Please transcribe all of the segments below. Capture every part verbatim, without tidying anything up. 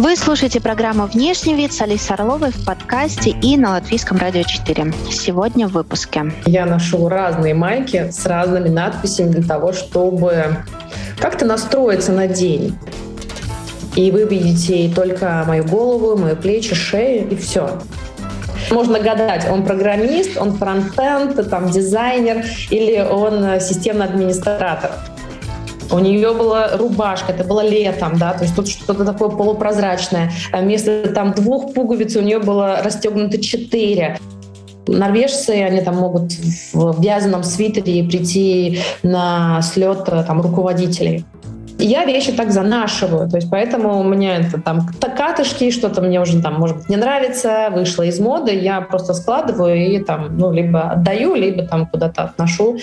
Вы слушаете программу «Внешний вид» с Алисой Орловой в подкасте и на Латвийском радио четыре. Сегодня в выпуске. Я ношу разные майки с разными надписями для того, чтобы как-то настроиться на день. И вы видите только мою голову, мои плечи, шею и все. Можно гадать, он программист, он фронтенд, там, дизайнер или он системный администратор. У нее была рубашка, это было летом, да, то есть тут что-то такое полупрозрачное. Вместо там двух пуговиц у нее было расстегнуто четыре. Норвежцы, они там могут в вязаном свитере прийти на слет там руководителей. Я вещи так занашиваю, то есть поэтому у меня это там катышки, что-то мне уже там, может быть, не нравится, вышло из моды, я просто складываю и там, ну, либо отдаю, либо там куда-то отношу.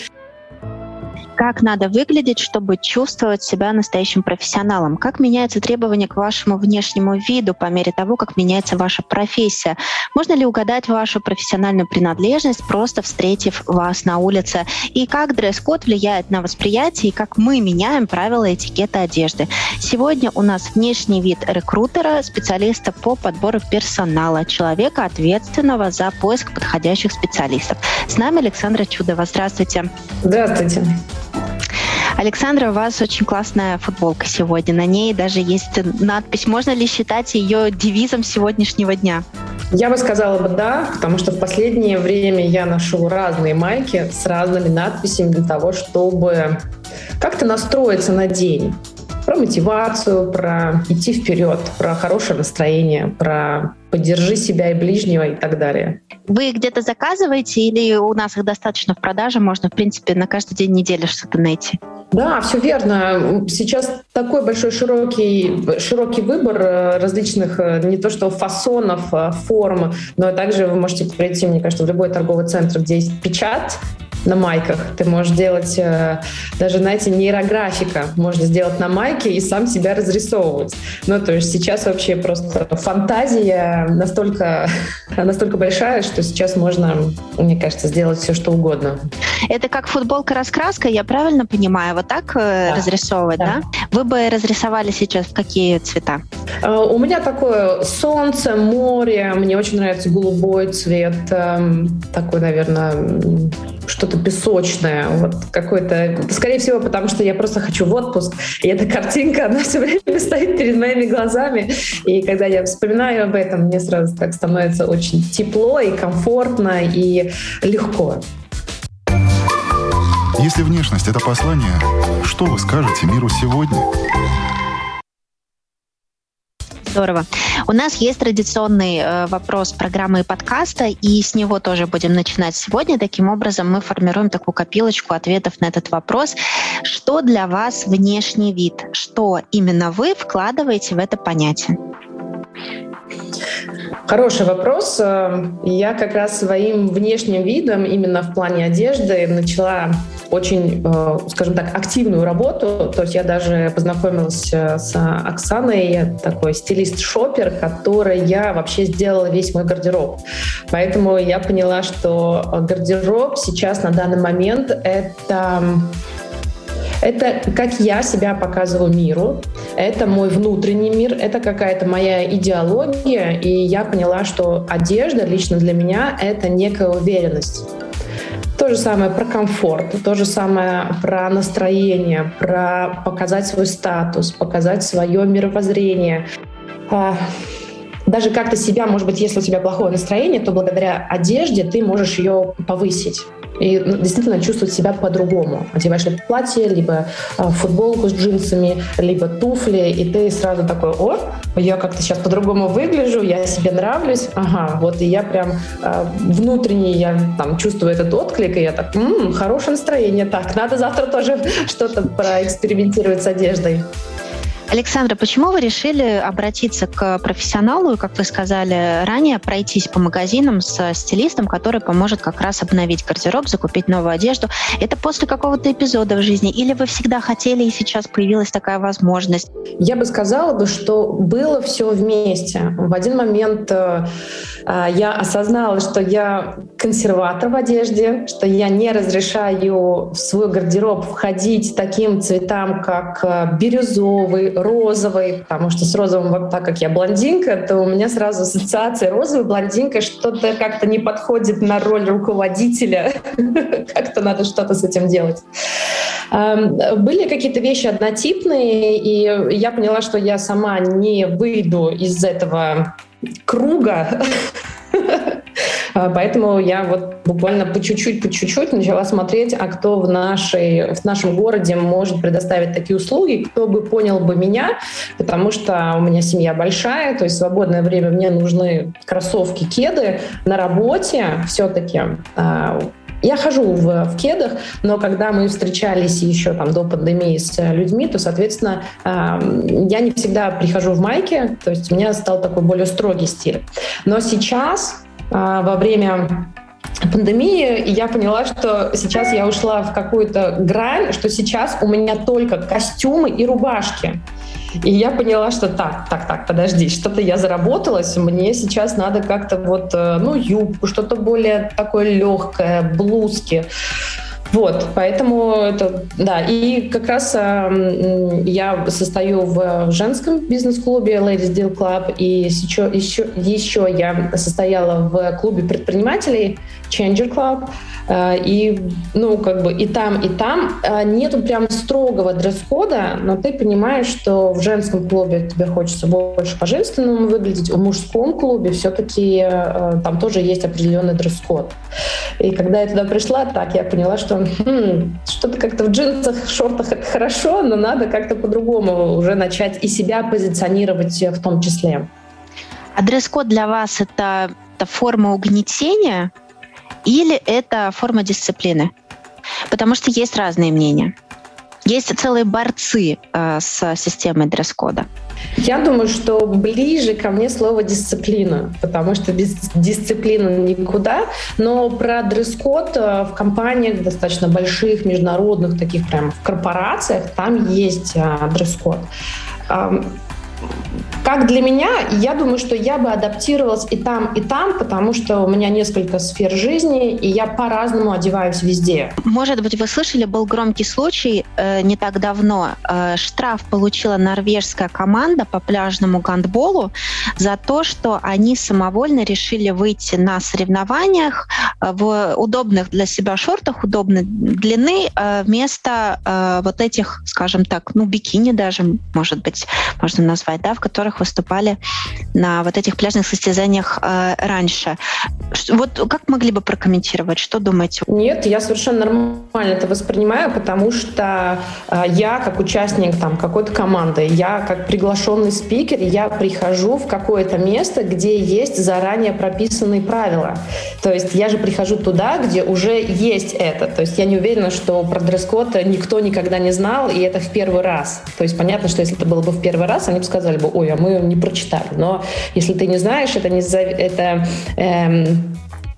Как надо выглядеть, чтобы чувствовать себя настоящим профессионалом? Как меняются требования к вашему внешнему виду по мере того, как меняется ваша профессия? Можно ли угадать вашу профессиональную принадлежность, просто встретив вас на улице? И как дресс-код влияет на восприятие, и как мы меняем правила этикета одежды? Сегодня у нас внешний вид рекрутера, специалиста по подбору персонала, человека, ответственного за поиск подходящих специалистов. С нами Александра Чудова. Здравствуйте. Здравствуйте. Александра, у вас очень классная футболка сегодня. На ней даже есть надпись. Можно ли считать ее девизом сегодняшнего дня? Я бы сказала бы да, потому что в последнее время я ношу разные майки с разными надписями для того, чтобы как-то настроиться на день. Про мотивацию, про идти вперед, про хорошее настроение, про поддержи себя и ближнего и так далее. Вы где-то заказываете или у нас их достаточно в продаже? Можно, в принципе, на каждый день недели что-то найти? Да, все верно. Сейчас такой большой широкий, широкий выбор различных не то что фасонов, форм, но также вы можете прийти, мне кажется, в любой торговый центр, где есть печать на майках. Ты можешь делать даже, знаете, нейрографика. Можно сделать на майке и сам себя разрисовывать. Ну, то есть сейчас вообще просто фантазия настолько, настолько большая, что сейчас можно, мне кажется, сделать все, что угодно. Это как футболка-раскраска, я правильно понимаю? Вот так да. разрисовывать, да. да? Вы бы разрисовали сейчас в какие цвета? У меня такое солнце, море. Мне очень нравится голубой цвет. Такой, наверное, что-то песочное, вот какой-то, скорее всего, потому что я просто хочу в отпуск, и эта картинка, она все время стоит перед моими глазами, и когда я вспоминаю об этом, мне сразу так становится очень тепло и комфортно и легко. Если внешность — это послание, что вы скажете миру сегодня? Здорово. У нас есть традиционный э, вопрос программы и подкаста, и с него тоже будем начинать сегодня. Таким образом, мы формируем такую копилочку ответов на этот вопрос. Что для вас внешний вид? Что именно вы вкладываете в это понятие? Хороший вопрос. Я как раз своим внешним видом именно в плане одежды начала очень, скажем так, активную работу. То есть я даже познакомилась с Оксаной, такой стилист-шопер, которой я вообще сделала весь мой гардероб. Поэтому я поняла, что гардероб сейчас на данный момент — это... Это как я себя показываю миру, это мой внутренний мир, это какая-то моя идеология, и я поняла, что одежда лично для меня — это некая уверенность. То же самое про комфорт, то же самое про настроение, про показать свой статус, показать свое мировоззрение. Даже как-то себя, может быть, если у тебя плохое настроение, то благодаря одежде ты можешь ее повысить. И действительно чувствовать себя по-другому. Одеваешь либо платье, либо футболку с джинсами, либо туфли, и ты сразу такой: о, я как-то сейчас по-другому выгляжу, я себе нравлюсь. Ага, вот и я прям э, внутренне я там чувствую этот отклик, и я так: м-м, хорошее настроение, так, надо завтра тоже что-то проэкспериментировать с одеждой. Александра, почему вы решили обратиться к профессионалу и, как вы сказали ранее, пройтись по магазинам с стилистом, который поможет как раз обновить гардероб, закупить новую одежду? Это после какого-то эпизода в жизни? Или вы всегда хотели, и сейчас появилась такая возможность? Я бы сказала, бы, что было все вместе. В один момент э, я осознала, что я консерватор в одежде, что я не разрешаю в свой гардероб входить таким цветам, как бирюзовый, розовый, потому что с розовым, вот так как я блондинка, то у меня сразу ассоциация розовый, блондинка, что-то как-то не подходит на роль руководителя, как-то надо что-то с этим делать. Были какие-то вещи однотипные, и я поняла, что я сама не выйду из этого круга, поэтому я вот буквально по чуть-чуть, по чуть-чуть начала смотреть, а кто в, нашей, в нашем городе может предоставить такие услуги, кто бы понял бы меня, потому что у меня семья большая, то есть в свободное время мне нужны кроссовки, кеды. На работе все-таки я хожу в, в кедах, но когда мы встречались еще там до пандемии с людьми, то, соответственно, я не всегда прихожу в майке, то есть у меня стал такой более строгий стиль. Но сейчас, во время пандемии, я поняла, что сейчас я ушла в какую-то грань, что сейчас у меня только костюмы и рубашки. И я поняла, что так, так, так, подожди, что-то я заработалась, мне сейчас надо как-то вот, ну, юбку, что-то более такое легкое, блузки. Вот, поэтому это, да, и как раз э, я состою в женском бизнес-клубе Ladies Deal Club, и еще, еще, еще я состояла в клубе предпринимателей Changer Club, э, и, ну, как бы и там, и там э, нету прям строгого дресс-кода, но ты понимаешь, что в женском клубе тебе хочется больше по-женственному выглядеть, в мужском клубе все-таки э, там тоже есть определенный дресс-код. И когда я туда пришла, так, я поняла, что Хм, что-то как-то в джинсах, шортах это хорошо, но надо как-то по-другому уже начать и себя позиционировать в том числе. А дресс-код для вас это, это форма угнетения или это форма дисциплины? Потому что есть разные мнения. Есть целые борцы э, с системой дресс-кода. Я думаю, что ближе ко мне слово «дисциплина», потому что без дисциплины никуда. Но про дресс-код в компаниях достаточно больших, международных, таких прям в корпорациях, там есть а, дресс-код. А, как для меня, я думаю, что я бы адаптировалась и там, и там, потому что у меня несколько сфер жизни, и я по-разному одеваюсь везде. Может быть, вы слышали, был громкий случай э, не так давно. Э, штраф получила норвежская команда по пляжному гандболу за то, что они самовольно решили выйти на соревнованиях в удобных для себя шортах, удобной длины, э, вместо э, вот этих, скажем так, ну, бикини даже, может быть, можно назвать, да, в которых выступали на вот этих пляжных состязаниях э, раньше. Вот как могли бы прокомментировать? Что думаете? Нет, я совершенно нормально это воспринимаю, потому что э, я как участник там какой-то команды, я как приглашенный спикер, я прихожу в какое-то место, где есть заранее прописанные правила. То есть я же прихожу туда, где уже есть это. То есть я не уверена, что про дресс-код никто никогда не знал, и это в первый раз. То есть понятно, что если это было бы в первый раз, они бы сказали бы, ой, а мы не прочитали. Но если ты не знаешь, это, не, это эм,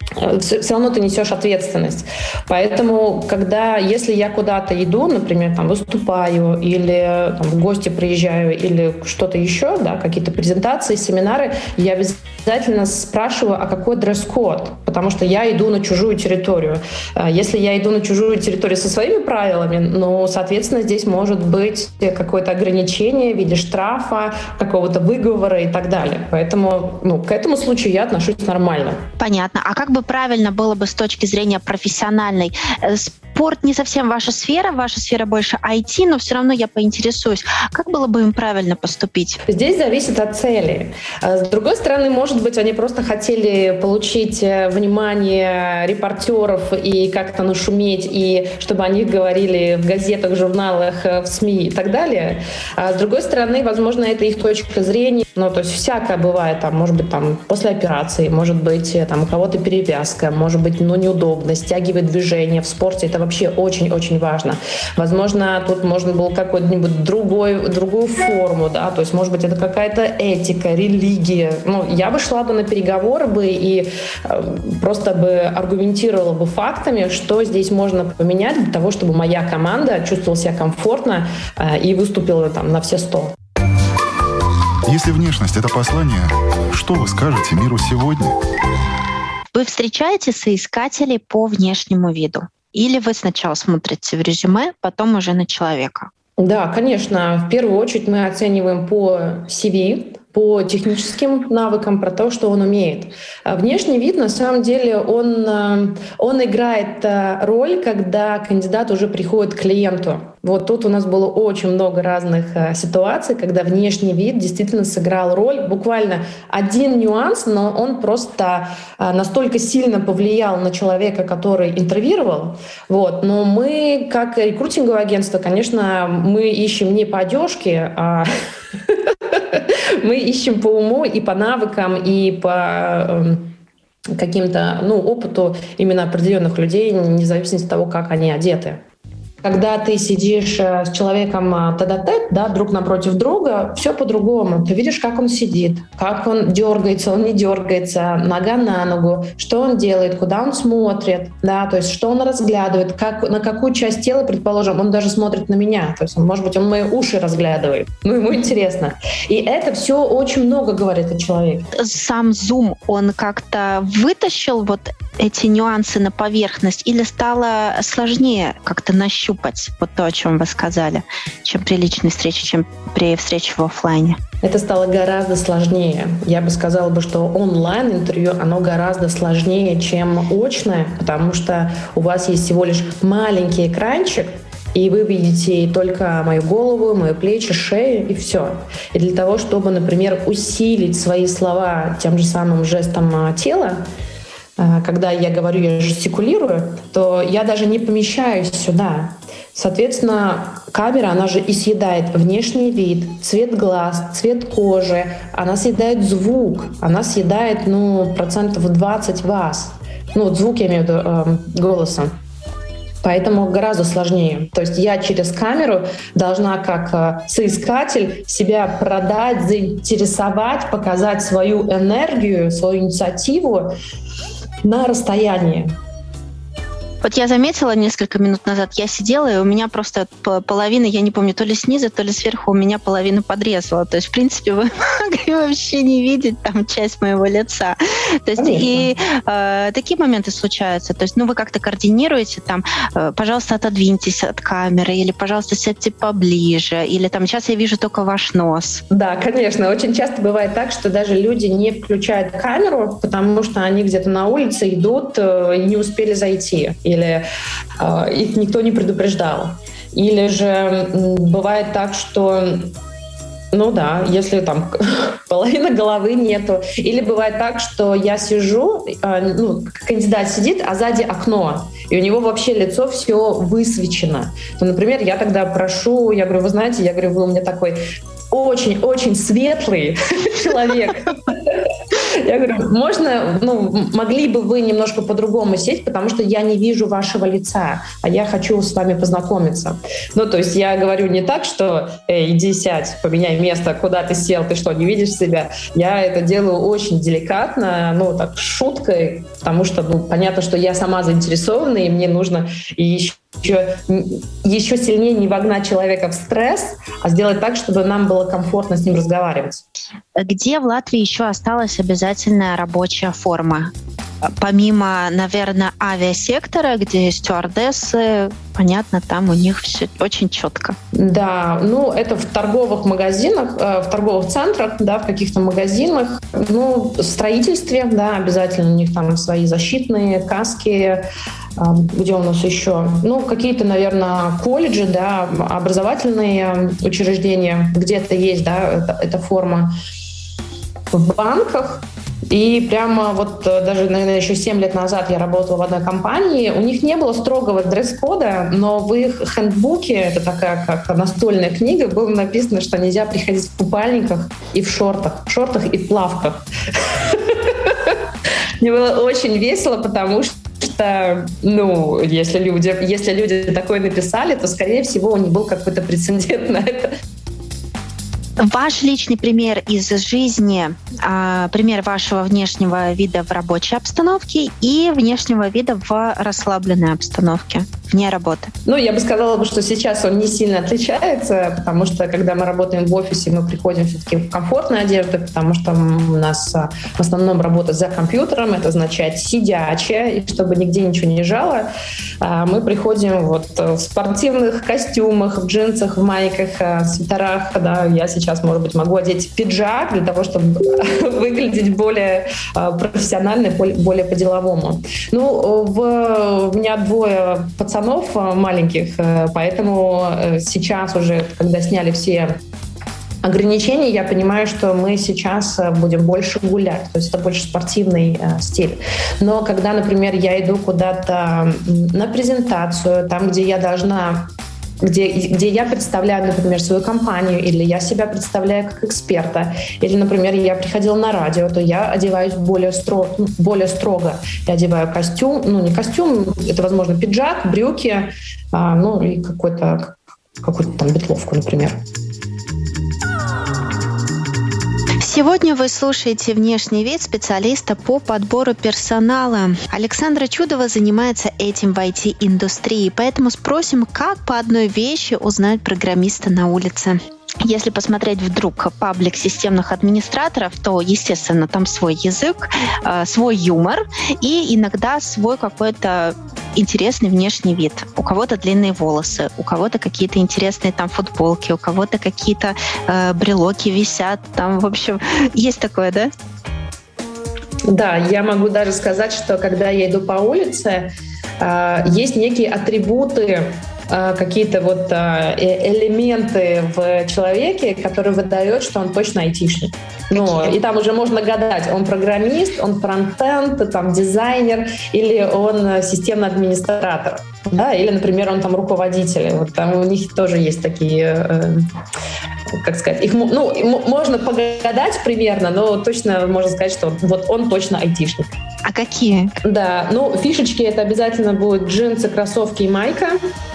все равно ты несешь ответственность. Поэтому, когда, если я куда-то иду, например, там, выступаю или там, в гости приезжаю или что-то еще, да, какие-то презентации, семинары, я обязательно спрашиваю, а какой дресс-код? Потому что я иду на чужую территорию. Если я иду на чужую территорию со своими правилами, ну, соответственно, здесь может быть какое-то ограничение в виде штрафа, какого-то выговора и так далее. Поэтому, ну, к этому случаю я отношусь нормально. Понятно. А как бы правильно было бы с точки зрения профессиональной? Спорт не совсем ваша сфера, ваша сфера больше ай ти, но все равно я поинтересуюсь, как было бы им правильно поступить? Здесь зависит от цели. С другой стороны, может быть, они просто хотели получить внимание репортеров и как-то нашуметь, и чтобы о них говорили в газетах, журналах, в СМИ и так далее. А с другой стороны, возможно, это их точка зрения. Ну, то есть всякое бывает, там, может быть, там, после операции, может быть, там, у кого-то перевязка, может быть, ну, неудобно, стягивает движение в спорте. Это вообще очень-очень важно. Возможно, тут можно было какую-нибудь другой, другую форму, да, то есть, может быть, это какая-то этика, религия. Ну, я бы шла бы на переговоры бы и э, просто бы аргументировала бы фактами, что здесь можно поменять для того, чтобы моя команда чувствовала себя комфортно э, и выступила там на все сто. Если внешность — это послание, что вы скажете миру сегодня? Вы встречаете соискателей по внешнему виду? Или вы сначала смотрите в резюме, потом уже на человека? Да, конечно. В первую очередь мы оцениваем по си ви, по техническим навыкам, про то, что он умеет. А внешний вид, на самом деле, он, он играет роль, когда кандидат уже приходит к клиенту. Вот тут у нас было очень много разных ситуаций, когда внешний вид действительно сыграл роль. Буквально один нюанс, но он просто настолько сильно повлиял на человека, который интервьюировал. Вот. Но мы, как рекрутинговое агентство, конечно, мы ищем не по одежке, а мы ищем по уму и по навыкам, и по каким-то, ну, опыту именно определенных людей, независимо от того, как они одеты. Когда ты сидишь с человеком тет-а-тет, да, друг напротив друга, все по-другому. Ты видишь, как он сидит, как он дергается, он не дергается, нога на ногу, что он делает, куда он смотрит, да, то есть что он разглядывает, как, на какую часть тела, предположим, он даже смотрит на меня, то есть, он, может быть, он мои уши разглядывает, ну, ему интересно. И это все очень много говорит о человеке. Сам Zoom, он как-то вытащил вот эти нюансы на поверхность или стало сложнее как-то нащупать вот то, о чем вы сказали, чем при личной встрече, чем при встрече в офлайне? Это стало гораздо сложнее. Я бы сказала, бы, что онлайн-интервью, оно гораздо сложнее, чем очное, потому что у вас есть всего лишь маленький экранчик, и вы видите только мою голову, мои плечи, шею, и все. И для того, чтобы, например, усилить свои слова тем же самым жестом тела, когда я говорю, я жестикулирую, то я даже не помещаюсь сюда. Соответственно, камера, она же и съедает внешний вид, цвет глаз, цвет кожи, она съедает звук, она съедает, ну, процентов двадцать вас. Ну, вот звук я имею в виду э, голосом. Поэтому гораздо сложнее. То есть я через камеру должна как соискатель себя продать, заинтересовать, показать свою энергию, свою инициативу на расстоянии. Вот я заметила несколько минут назад, я сидела, и у меня просто половина, я не помню, то ли снизу, то ли сверху, у меня половину подрезала. То есть, в принципе, вы могли вообще не видеть там часть моего лица. То есть, Конечно. и э, такие моменты случаются. То есть, ну, вы как-то координируете там, э, пожалуйста, отодвиньтесь от камеры, или, пожалуйста, сядьте поближе, или там, сейчас я вижу только ваш нос. Да, конечно. Очень часто бывает так, что даже люди не включают камеру, потому что они где-то на улице идут э, и не успели зайти. Или э, их никто не предупреждал. Или же м, бывает так, что, ну да, если там половины головы нету. Или бывает так, что я сижу, э, ну, кандидат сидит, а сзади окно, и у него вообще лицо все высвечено. То, например, я тогда прошу, я говорю, вы знаете, я говорю, вы у меня такой очень-очень светлый человек. Я говорю, можно, ну, могли бы вы немножко по-другому сесть, потому что я не вижу вашего лица, а я хочу с вами познакомиться. Ну, то есть я говорю не так, что «Эй, иди сядь, поменяй место, куда ты сел, ты что, не видишь себя?» Я это делаю очень деликатно, ну, так, шуткой, потому что, ну, понятно, что я сама заинтересована, и мне нужно еще Еще, еще сильнее не вогнать человека в стресс, а сделать так, чтобы нам было комфортно с ним разговаривать. Где в Латвии еще осталась обязательная рабочая форма? Помимо, наверное, авиасектора, где стюардессы, понятно, там у них все очень четко. Да, ну это в торговых магазинах, в торговых центрах, да, в каких-то магазинах, ну, в строительстве, да, обязательно у них там свои защитные каски. Где у нас еще? Ну, какие-то, наверное, колледжи, да, образовательные учреждения, где-то есть, да, эта, эта форма. В банках. И прямо вот даже, наверное, еще семь лет назад я работала в одной компании, у них не было строгого дресс-кода, но в их хендбуке, это такая как настольная книга, было написано, что нельзя приходить в купальниках и в шортах, в шортах и в плавках. Мне было очень весело, потому что что, ну, если люди, если люди такое написали, то, скорее всего, у них был какой-то прецедент на это. Ваш личный пример из жизни, пример вашего внешнего вида в рабочей обстановке и внешнего вида в расслабленной обстановке. вне работы? Ну, я бы сказала, что сейчас он не сильно отличается, потому что, когда мы работаем в офисе, мы приходим все-таки в комфортной одежде, потому что у нас в основном работа за компьютером, это означает сидячая, и чтобы нигде ничего не жало, мы приходим вот в спортивных костюмах, в джинсах, в майках, свитерах. Да. Я сейчас, может быть, могу одеть пиджак для того, чтобы выглядеть более профессионально, более по-деловому. Ну, в... у меня двое пацанов маленьких, поэтому сейчас уже, когда сняли все ограничений, я понимаю, что мы сейчас будем больше гулять, то есть это больше спортивный э, стиль. Но когда, например, я иду куда-то на презентацию, там, где я должна, где, где я представляю, например, свою компанию, или я себя представляю как эксперта, или, например, я приходила на радио, то я одеваюсь более, стро, более строго. Я одеваю костюм, ну не костюм, это, возможно, пиджак, брюки, а, ну и какой-то, какую-то там ветловку, например. Сегодня вы слушаете «Внешний вид» специалиста по подбору персонала. Александра Чудова занимается этим в ай ти-индустрии, поэтому спросим, как по одной вещи узнать программиста на улице. Если посмотреть вдруг паблик системных администраторов, то, естественно, там свой язык, свой юмор и иногда свой какой-то интересный внешний вид. У кого-то длинные волосы, у кого-то какие-то интересные там футболки, у кого-то какие-то э, брелоки висят. Там, в общем, есть такое, да? Да, я могу даже сказать, что когда я иду по улице, э, есть некие атрибуты, какие-то вот элементы в человеке, которые выдают, что он точно айтишник. Ну, и там уже можно гадать, он программист, он фронтенд, там дизайнер, или он системный администратор, да, или, например, он там руководитель. Вот там у них тоже есть такие, э, как сказать, их, ну, можно погадать примерно, но точно можно сказать, что вот он точно айтишник. А какие? Да, ну, фишечки — это обязательно будут джинсы, кроссовки и майка.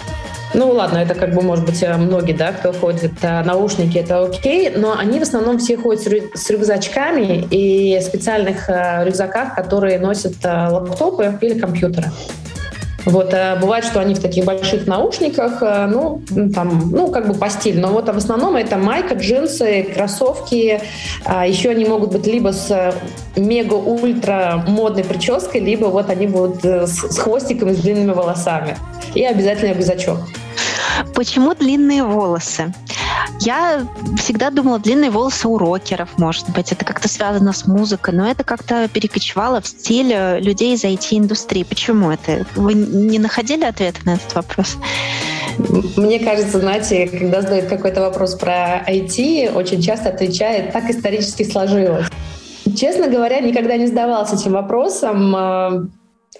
Ну ладно, это как бы, может быть, многие, да, кто ходит, наушники, это окей, но они в основном все ходят с рюкзачками и специальных рюкзаках, которые носят лаптопы или компьютеры. Вот, бывает, что они в таких больших наушниках, ну, там, ну, как бы по стилю, но вот в основном это майка, джинсы, кроссовки, еще они могут быть либо с мега-ультра модной прической, либо вот они будут с хвостиком и с длинными волосами. И обязательно рюкзачок. Почему длинные волосы? Я всегда думала, длинные волосы у рокеров, может быть, это как-то связано с музыкой, но это как-то перекочевало в стиль людей из ай ти-индустрии. Почему это? Вы не находили ответа на этот вопрос? Мне кажется, знаете, когда задают какой-то вопрос про ай ти, очень часто отвечает: так исторически сложилось. Честно говоря, никогда не задавалась этим вопросом.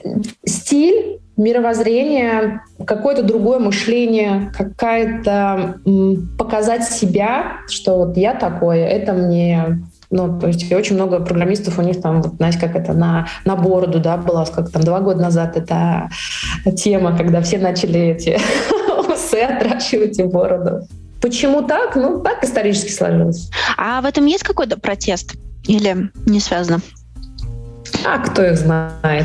Стиль, мировоззрение, какое-то другое мышление, какая-то м, показать себя, что вот я такое, это мне... Ну, то есть очень много программистов, у них там, вот, знаете, как это, на, на бороду, да, была, как там два года назад эта тема, когда все начали эти усы отращивать и бороду. Почему так? Ну, так исторически сложилось. А в этом есть какой-то протест? Или не связано? А кто их знает?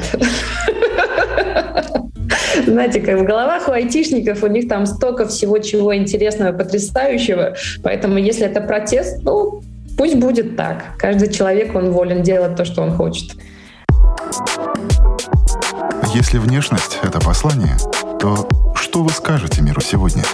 Знаете, как в головах у айтишников, у них там столько всего чего интересного, потрясающего. Поэтому если это протест, ну, пусть будет так. Каждый человек, он волен делать то, что он хочет. Если внешность — это послание, то что вы скажете миру сегодня?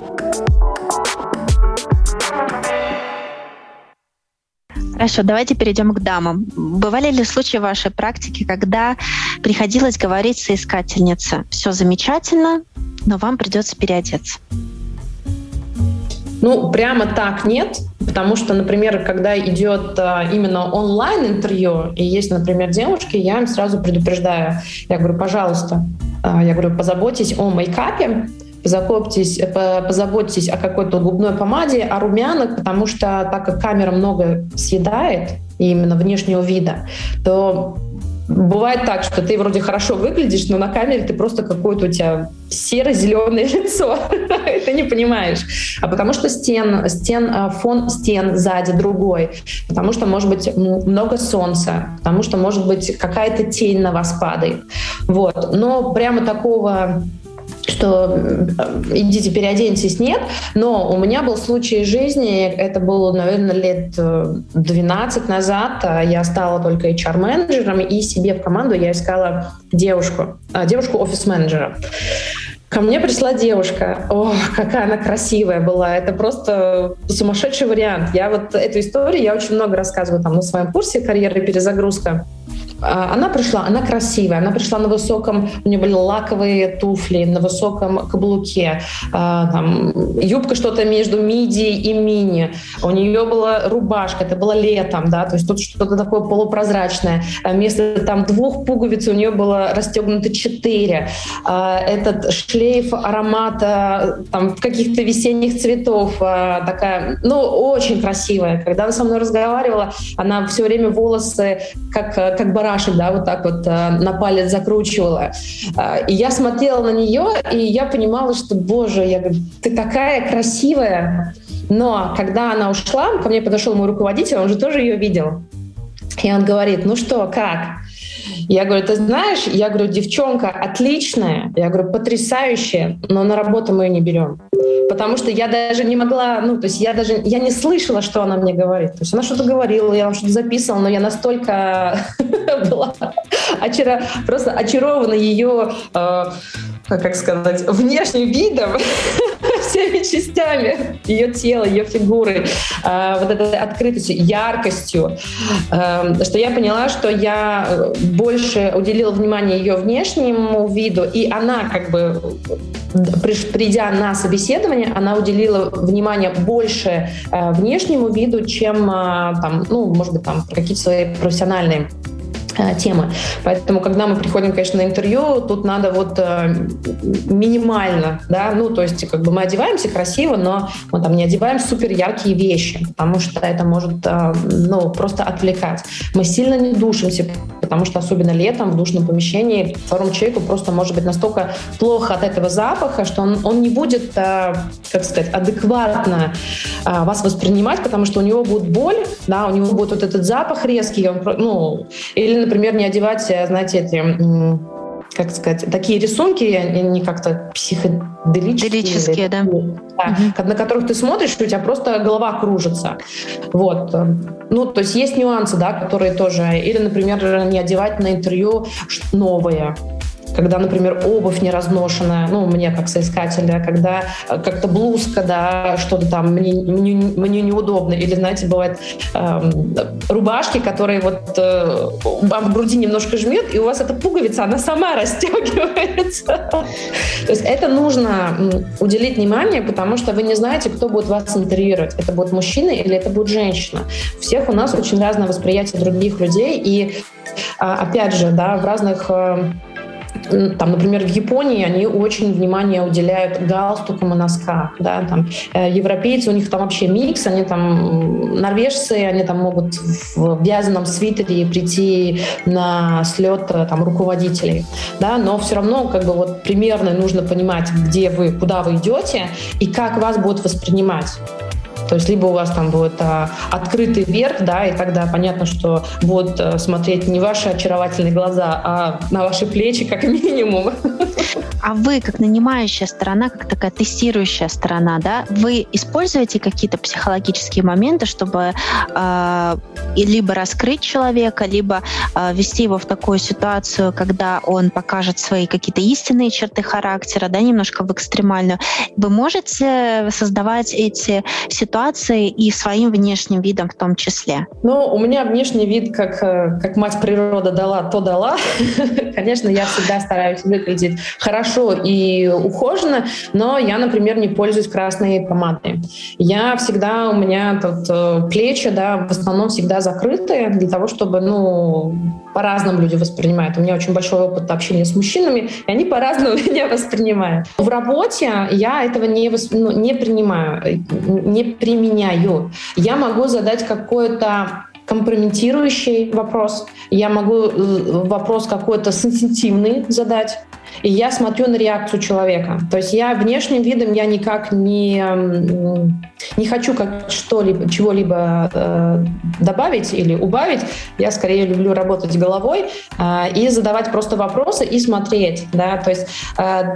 Хорошо, давайте перейдем к дамам. Бывали ли случаи в вашей практике, когда приходилось говорить соискательнице: все замечательно, но вам придется переодеться? Ну, прямо так нет, потому что, например, когда идет а, именно онлайн-интервью, и есть, например, девушки, я им сразу предупреждаю. Я говорю: пожалуйста, а, я говорю, позаботьтесь о мейкапе, Позаботьтесь, позаботьтесь о какой-то губной помаде, о румянах, потому что так как камера много съедает, именно внешнего вида, то бывает так, что ты вроде хорошо выглядишь, но на камере ты просто какое-то у тебя серо-зеленое лицо. Ты не понимаешь. А потому что стен, стен, фон стен сзади другой, потому что может быть много солнца, потому что может быть какая-то тень на вас падает. Вот. Но прямо такого что идите переоденьтесь, нет. Но у меня был случай жизни, это было, наверное, лет двенадцать назад. Я стала только эйч ар-менеджером, и себе в команду я искала девушку, девушку офис-менеджера. Ко мне пришла девушка. Ох, какая она красивая была. Это просто сумасшедший вариант. Я вот эту историю я очень много рассказываю там на своем курсе «Карьера и перезагрузка». Она пришла, она красивая, она пришла на высоком, у нее были лаковые туфли, на высоком каблуке, там, юбка что-то между миди и мини, у нее была рубашка, это было летом, да, то есть тут что-то такое полупрозрачное, вместо там двух пуговиц у нее было расстегнуто четыре, этот шлейф аромата там каких-то весенних цветов, такая, ну, очень красивая. Когда она со мной разговаривала, она все время волосы как, как барашек, да, вот так вот э, на палец закручивала. Э, и я смотрела на нее, и я понимала, что, боже, я говорю, ты такая красивая. Но когда она ушла, ко мне подошел мой руководитель, он же тоже ее видел. И он говорит, ну что, как? Я говорю, ты знаешь, я говорю, девчонка отличная, я говорю, потрясающая, но на работу мы ее не берем. Потому что я даже не могла, ну, то есть я даже, я не слышала, что она мне говорит. То есть она что-то говорила, я вам что-то записывала, но я настолько была очар... просто очарована ее, э, как сказать, внешним видом, всеми частями ее тела, ее фигуры, э, вот этой открытостью, яркостью, э, что я поняла, что я больше уделила внимание ее внешнему виду, и она как бы, придя на собеседование, она уделила внимание больше э, внешнему виду, чем э, там, ну, может быть, там какие-то свои профессиональные темы. Поэтому, когда мы приходим, конечно, на интервью, тут надо вот э, минимально, да, ну, то есть, как бы мы одеваемся красиво, но мы там не одеваем супер яркие вещи, потому что это может, э, ну, просто отвлекать. Мы сильно не душимся, потому что особенно летом в душном помещении второму человеку просто может быть настолько плохо от этого запаха, что он, он не будет, э, как сказать, адекватно э, вас воспринимать, потому что у него будет боль, да, у него будет вот этот запах резкий, он, ну, или, например, не одевать, знаете, эти, как сказать, такие рисунки, они как-то психоделические. Делические, да. Да, угу. На которых ты смотришь, у тебя просто голова кружится. Вот. Ну, то есть есть нюансы, да, которые тоже... Или, например, не одевать на интервью новое. Когда, например, обувь не разношенная, ну, мне как соискателя, когда как-то блузка, да, что-то там мне, мне, мне неудобно. Или, знаете, бывают э, рубашки, которые вот э, в груди немножко жмет, и у вас эта пуговица, она сама расстегивается. То есть это нужно уделить внимание, потому что вы не знаете, кто будет вас интервьюировать. Это будет мужчина или это будет женщина. У всех у нас очень разное восприятие других людей, и, опять же, да, в разных... Там, например, в Японии они очень внимание уделяют галстукам и носкам. Да, там, э, европейцы, у них там вообще микс, они там, норвежцы, они там могут в вязаном свитере прийти на слет там, руководителей. Да, но все равно как бы, вот, примерно нужно понимать, где вы, куда вы идете и как вас будут воспринимать. То есть либо у вас там будет а, открытый верх, да, и тогда понятно, что будут а, смотреть не ваши очаровательные глаза, а на ваши плечи как минимум. А вы, как нанимающая сторона, как такая тестирующая сторона, да, вы используете какие-то психологические моменты, чтобы э, либо раскрыть человека, либо э, ввести его в такую ситуацию, когда он покажет свои какие-то истинные черты характера, да, немножко в экстремальную. Вы можете создавать эти ситуации и своим внешним видом в том числе? Ну, у меня внешний вид, как, как мать природа дала, то дала. Конечно, я всегда стараюсь выглядеть хорошо и ухоженно, но я, например, не пользуюсь красной помадой. Я всегда, у меня тут плечи, да, в основном всегда закрыты для того, чтобы, ну, по-разному люди воспринимают. У меня очень большой опыт общения с мужчинами, и они по-разному меня воспринимают. В работе я этого не, восп... ну, не принимаю, не применяю. Я могу задать какое-то компрометирующий вопрос, я могу вопрос какой-то сенситивный задать, и я смотрю на реакцию человека. То есть я внешним видом я никак не, не хочу как что-либо, чего-либо э, добавить или убавить. Я скорее люблю работать головой э, и задавать просто вопросы и смотреть. Да? То есть э,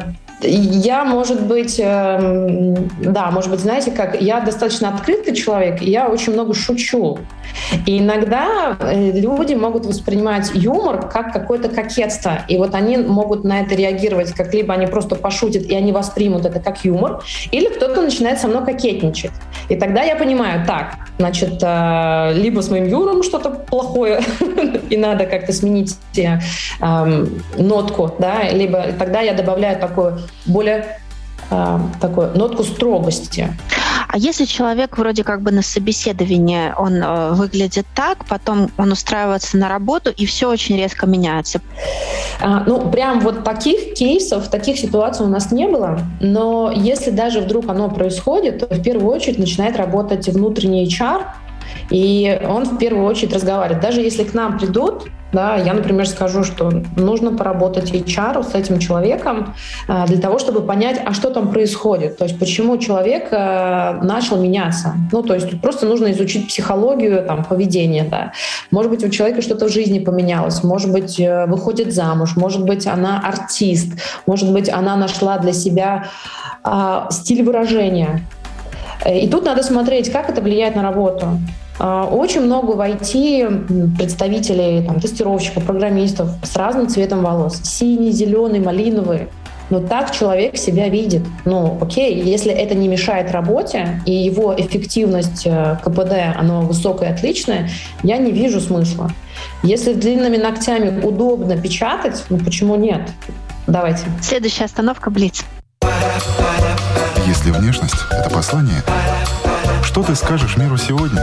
Я, может быть, э, да, может быть, знаете как, я достаточно открытый человек, и я очень много шучу. И иногда э, люди могут воспринимать юмор как какое-то кокетство, и вот они могут на это реагировать, как либо они просто пошутят, и они воспримут это как юмор, или кто-то начинает со мной кокетничать. И тогда я понимаю, так, значит, э, либо с моим юмором что-то плохое, и надо как-то сменить э, э, нотку, да, либо тогда я добавляю такую более э, такую нотку строгости. А если человек вроде как бы на собеседовании, он э, выглядит так, потом он устраивается на работу, и все очень резко меняется? А, ну, прям вот таких кейсов, таких ситуаций у нас не было, но если даже вдруг оно происходит, то в первую очередь начинает работать внутренний эйч ар, и он в первую очередь разговаривает. Даже если к нам придут, да, я, например, скажу, что нужно поработать эйч ар с этим человеком э, для того, чтобы понять, а что там происходит, то есть почему человек э, начал меняться. Ну, то есть тут просто нужно изучить психологию, там, поведения, да. Может быть, у человека что-то в жизни поменялось, может быть, э, выходит замуж, может быть, она артист, может быть, она нашла для себя э, стиль выражения. И тут надо смотреть, как это влияет на работу. Очень много в ай ти представителей, там, тестировщиков, программистов с разным цветом волос. Синий, зеленый, малиновый. Но так человек себя видит. Ну, окей, если это не мешает работе, и его эффективность ка пэ дэ, она высокая, отличная, я не вижу смысла. Если длинными ногтями удобно печатать, ну почему нет? Давайте. Следующая остановка — Блиц. Если внешность — это послание, что ты скажешь миру сегодня?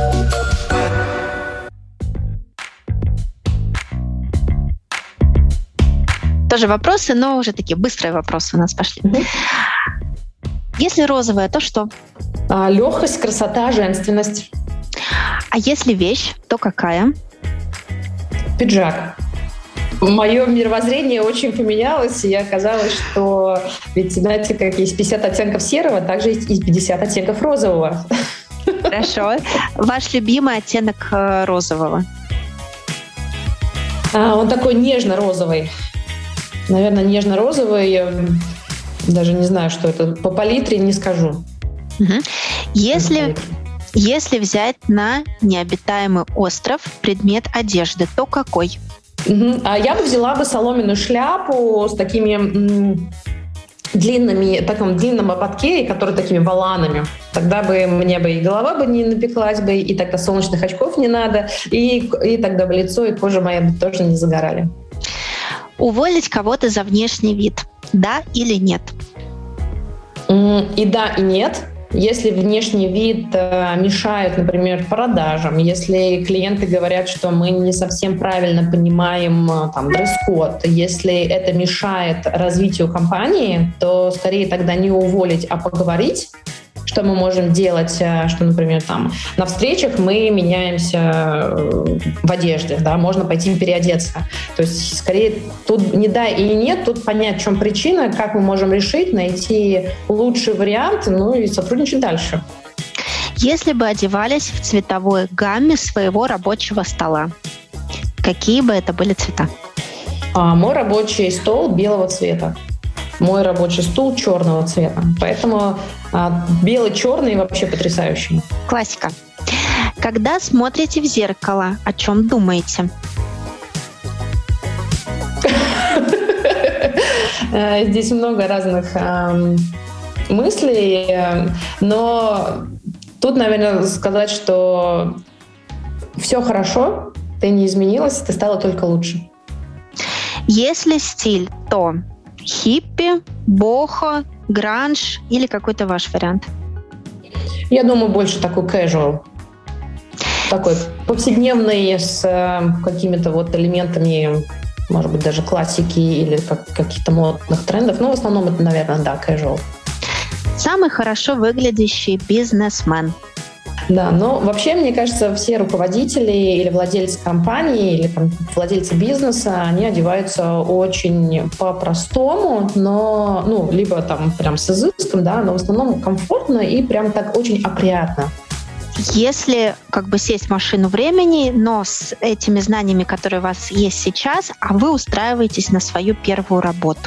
Тоже вопросы, но уже такие быстрые вопросы у нас пошли. Mm-hmm. Если розовое, то что? А, легкость, красота, женственность. А если вещь, то какая? Пиджак. Мое мировоззрение очень поменялось, и оказалось, что ведь, знаете, как есть пятьдесят оттенков серого, также есть и пятьдесят оттенков розового. Хорошо. Ваш любимый оттенок розового? А, он такой нежно-розовый. Наверное, нежно-розовый. Я даже не знаю, что это. По палитре не скажу. Угу. Если, если взять на необитаемый остров предмет одежды, то какой? Угу. А я бы взяла бы соломенную шляпу с такими м- длинными, таком длинном ободке, которые такими воланами. Тогда бы мне бы и голова бы не напеклась бы, и тогда солнечных очков не надо, и, и тогда бы лицо и кожа моя бы тоже не загорали. Уволить кого-то за внешний вид, да или нет? И да, и нет. Если внешний вид э, мешает, например, продажам, если клиенты говорят, что мы не совсем правильно понимаем э, там, дресс-код, если это мешает развитию компании, то скорее тогда не уволить, а поговорить, что мы можем делать, что, например, там на встречах мы меняемся в одежде, да, можно пойти переодеться. То есть, скорее, тут не да и нет, тут понять, в чем причина, как мы можем решить, найти лучший вариант, ну и сотрудничать дальше. Если бы одевались в цветовой гамме своего рабочего стола, какие бы это были цвета? А, мой рабочий стол белого цвета. Мой рабочий стул черного цвета. Поэтому а, белый-черный вообще потрясающий. Классика. Когда смотрите в зеркало, о чем думаете? Здесь много разных мыслей, но тут, наверное, сказать, что все хорошо, ты не изменилась, ты стала только лучше. Если стиль, то хиппи, бохо, гранж или какой-то ваш вариант? Я думаю, больше такой casual. Такой повседневный, с э, какими-то вот элементами, может быть, даже классики или как, каких-то модных трендов. Но в основном это, наверное, да, casual. Самый хорошо выглядящий бизнесмен? Да, но вообще, мне кажется, все руководители или владельцы компании, или там, владельцы бизнеса, они одеваются очень по-простому, но, ну, либо там прям с изыском, да, но в основном комфортно и прям так очень опрятно. Если как бы сесть в машину времени, но с этими знаниями, которые у вас есть сейчас, а вы устраиваетесь на свою первую работу,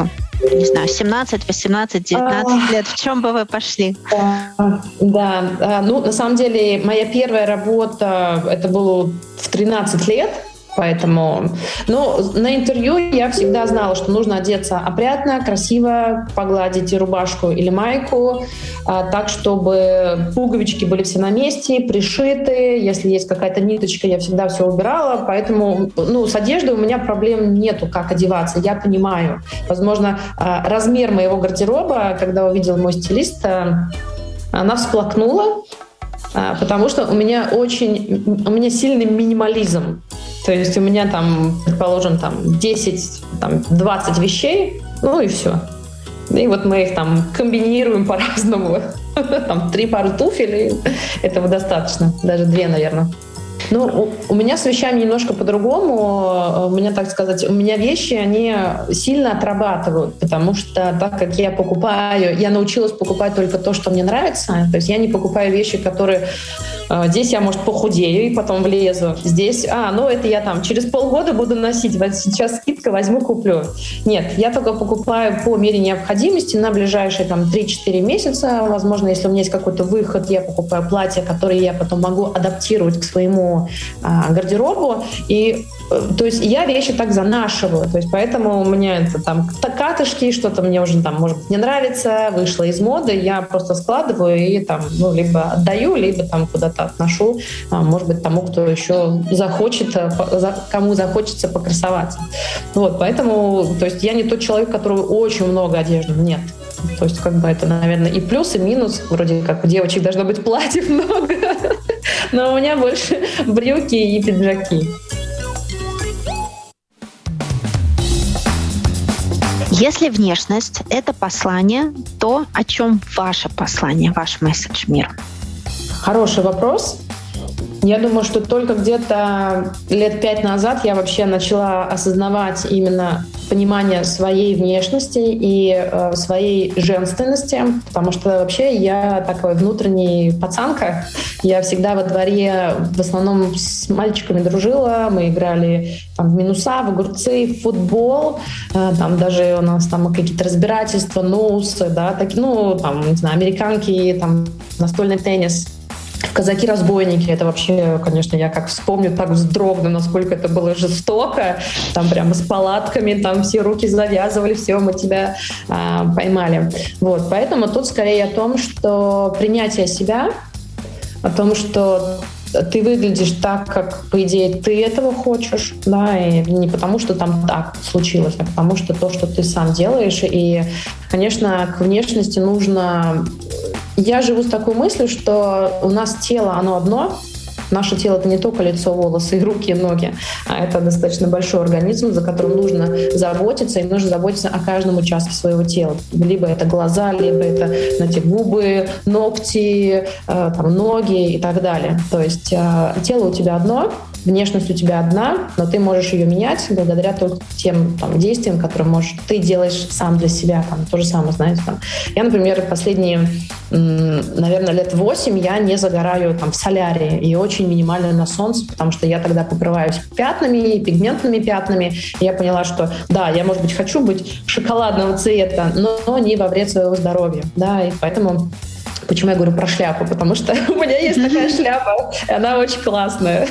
не знаю, семнадцать, восемнадцать, девятнадцать лет? В чем бы вы пошли? Да, да, ну, на самом деле, моя первая работа, это было в тринадцать лет. Поэтому, ну, на интервью я всегда знала, что нужно одеться опрятно, красиво, погладить рубашку или майку, а, так, чтобы пуговички были все на месте, пришиты. Если есть какая-то ниточка, я всегда все убирала. Поэтому, ну, с одеждой у меня проблем нету, как одеваться. Я понимаю. Возможно, размер моего гардероба, когда увидел мой стилист, она всплакнула, потому что у меня очень, у меня сильный минимализм. То есть у меня там, предположим, там десять-двадцать вещей, ну и все. И вот мы их там комбинируем по-разному. Там три пары туфель, и этого достаточно. Даже две, наверное. Ну, у, у меня с вещами немножко по-другому. У меня, так сказать, у меня вещи, они сильно отрабатывают, потому что так как я покупаю, я научилась покупать только то, что мне нравится. То есть я не покупаю вещи, которые... Здесь я, может, похудею и потом влезу. Здесь, а, ну это я там через полгода буду носить, вот сейчас скидка, возьму, куплю. Нет, я только покупаю по мере необходимости на ближайшие там три-четыре месяца. Возможно, если у меня есть какой-то выход, я покупаю платья, которые я потом могу адаптировать к своему а, гардеробу. И то есть я вещи так занашиваю. То есть поэтому у меня это там катышки, что-то мне уже там, может быть, не нравится, вышло из моды, я просто складываю и там, ну, либо отдаю, либо там куда-то отношу, может быть, тому, кто еще захочет, кому захочется покрасоваться. Вот, поэтому, то есть я не тот человек, у которого очень много одежды, нет. То есть, как бы это, наверное, и плюс, и минус. Вроде как у девочек должно быть платьев много, но у меня больше брюки и пиджаки. Если внешность — это послание, то о чем ваше послание, ваш месседж миру? Хороший вопрос. Я думаю, что только где-то лет пять назад я вообще начала осознавать именно понимание своей внешности и э, своей женственности, потому что вообще я такой внутренний пацанка. Я всегда во дворе в основном с мальчиками дружила, мы играли там, в минуса, в огурцы, в футбол, э, там даже у нас там какие-то разбирательства, ноусы, да, такие, ну, там, не знаю, американки, там, настольный теннис. Казаки-разбойники, это вообще, конечно, я как вспомню, так вздрогну, насколько это было жестоко. Там прямо с палатками, там все руки завязывали, все, мы тебя а, поймали. Вот, поэтому тут скорее о том, что принятие себя, о том, что ты выглядишь так, как, по идее, ты этого хочешь, да, и не потому, что там так случилось, а потому что то, что ты сам делаешь. И, конечно, к внешности нужно... Я живу с такой мыслью, что у нас тело, оно одно. Наше тело — это не только лицо, волосы, руки, ноги, а это достаточно большой организм, за которым нужно заботиться, и нужно заботиться о каждом участке своего тела. Либо это глаза, либо это, знаете, губы, ногти, э, там, ноги и так далее. То есть э, тело у тебя одно, внешность у тебя одна, но ты можешь ее менять благодаря только тем там, действиям, которые можешь, ты делаешь сам для себя. Там, то же самое, знаете. Там. Я, например, последние, наверное, лет восемь я не загораю там, в солярии и очень минимально на солнце, потому что я тогда покрываюсь пятнами, пигментными пятнами. И я поняла, что да, я, может быть, хочу быть шоколадного цвета, но не во вред своего здоровья. Да, и поэтому... Почему я говорю про шляпу? Потому что у меня есть такая шляпа, и она очень классная.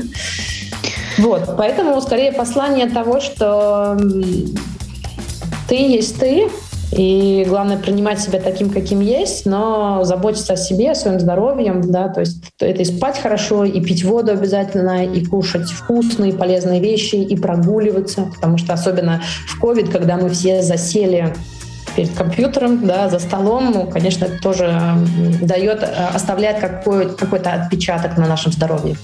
Вот, поэтому скорее послание того, что ты есть ты, и главное принимать себя таким, каким есть, но заботиться о себе, о своем здоровье, да, то есть это и спать хорошо, и пить воду обязательно, и кушать вкусные, полезные вещи, и прогуливаться, потому что особенно в ковид, когда мы все засели перед компьютером, да, за столом, ну, конечно, это тоже дает, оставляет какой, какой-то отпечаток на нашем здоровье.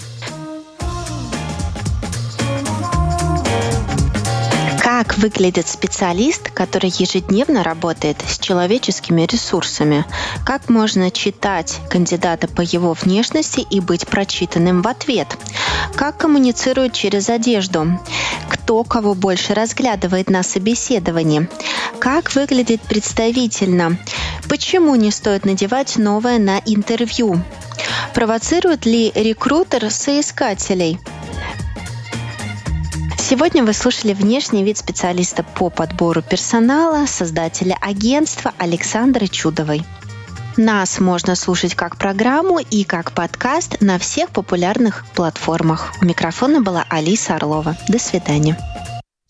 Как выглядит специалист, который ежедневно работает с человеческими ресурсами? Как можно читать кандидата по его внешности и быть прочитанным в ответ? Как коммуницируют через одежду? Кто кого больше разглядывает на собеседовании? Как выглядит представительно? Почему не стоит надевать новое на интервью? Провоцирует ли рекрутер соискателей? Сегодня вы слушали внешний вид специалиста по подбору персонала, создателя агентства Александры Чудовой. Нас можно слушать как программу и как подкаст на всех популярных платформах. У микрофона была Алиса Орлова. До свидания.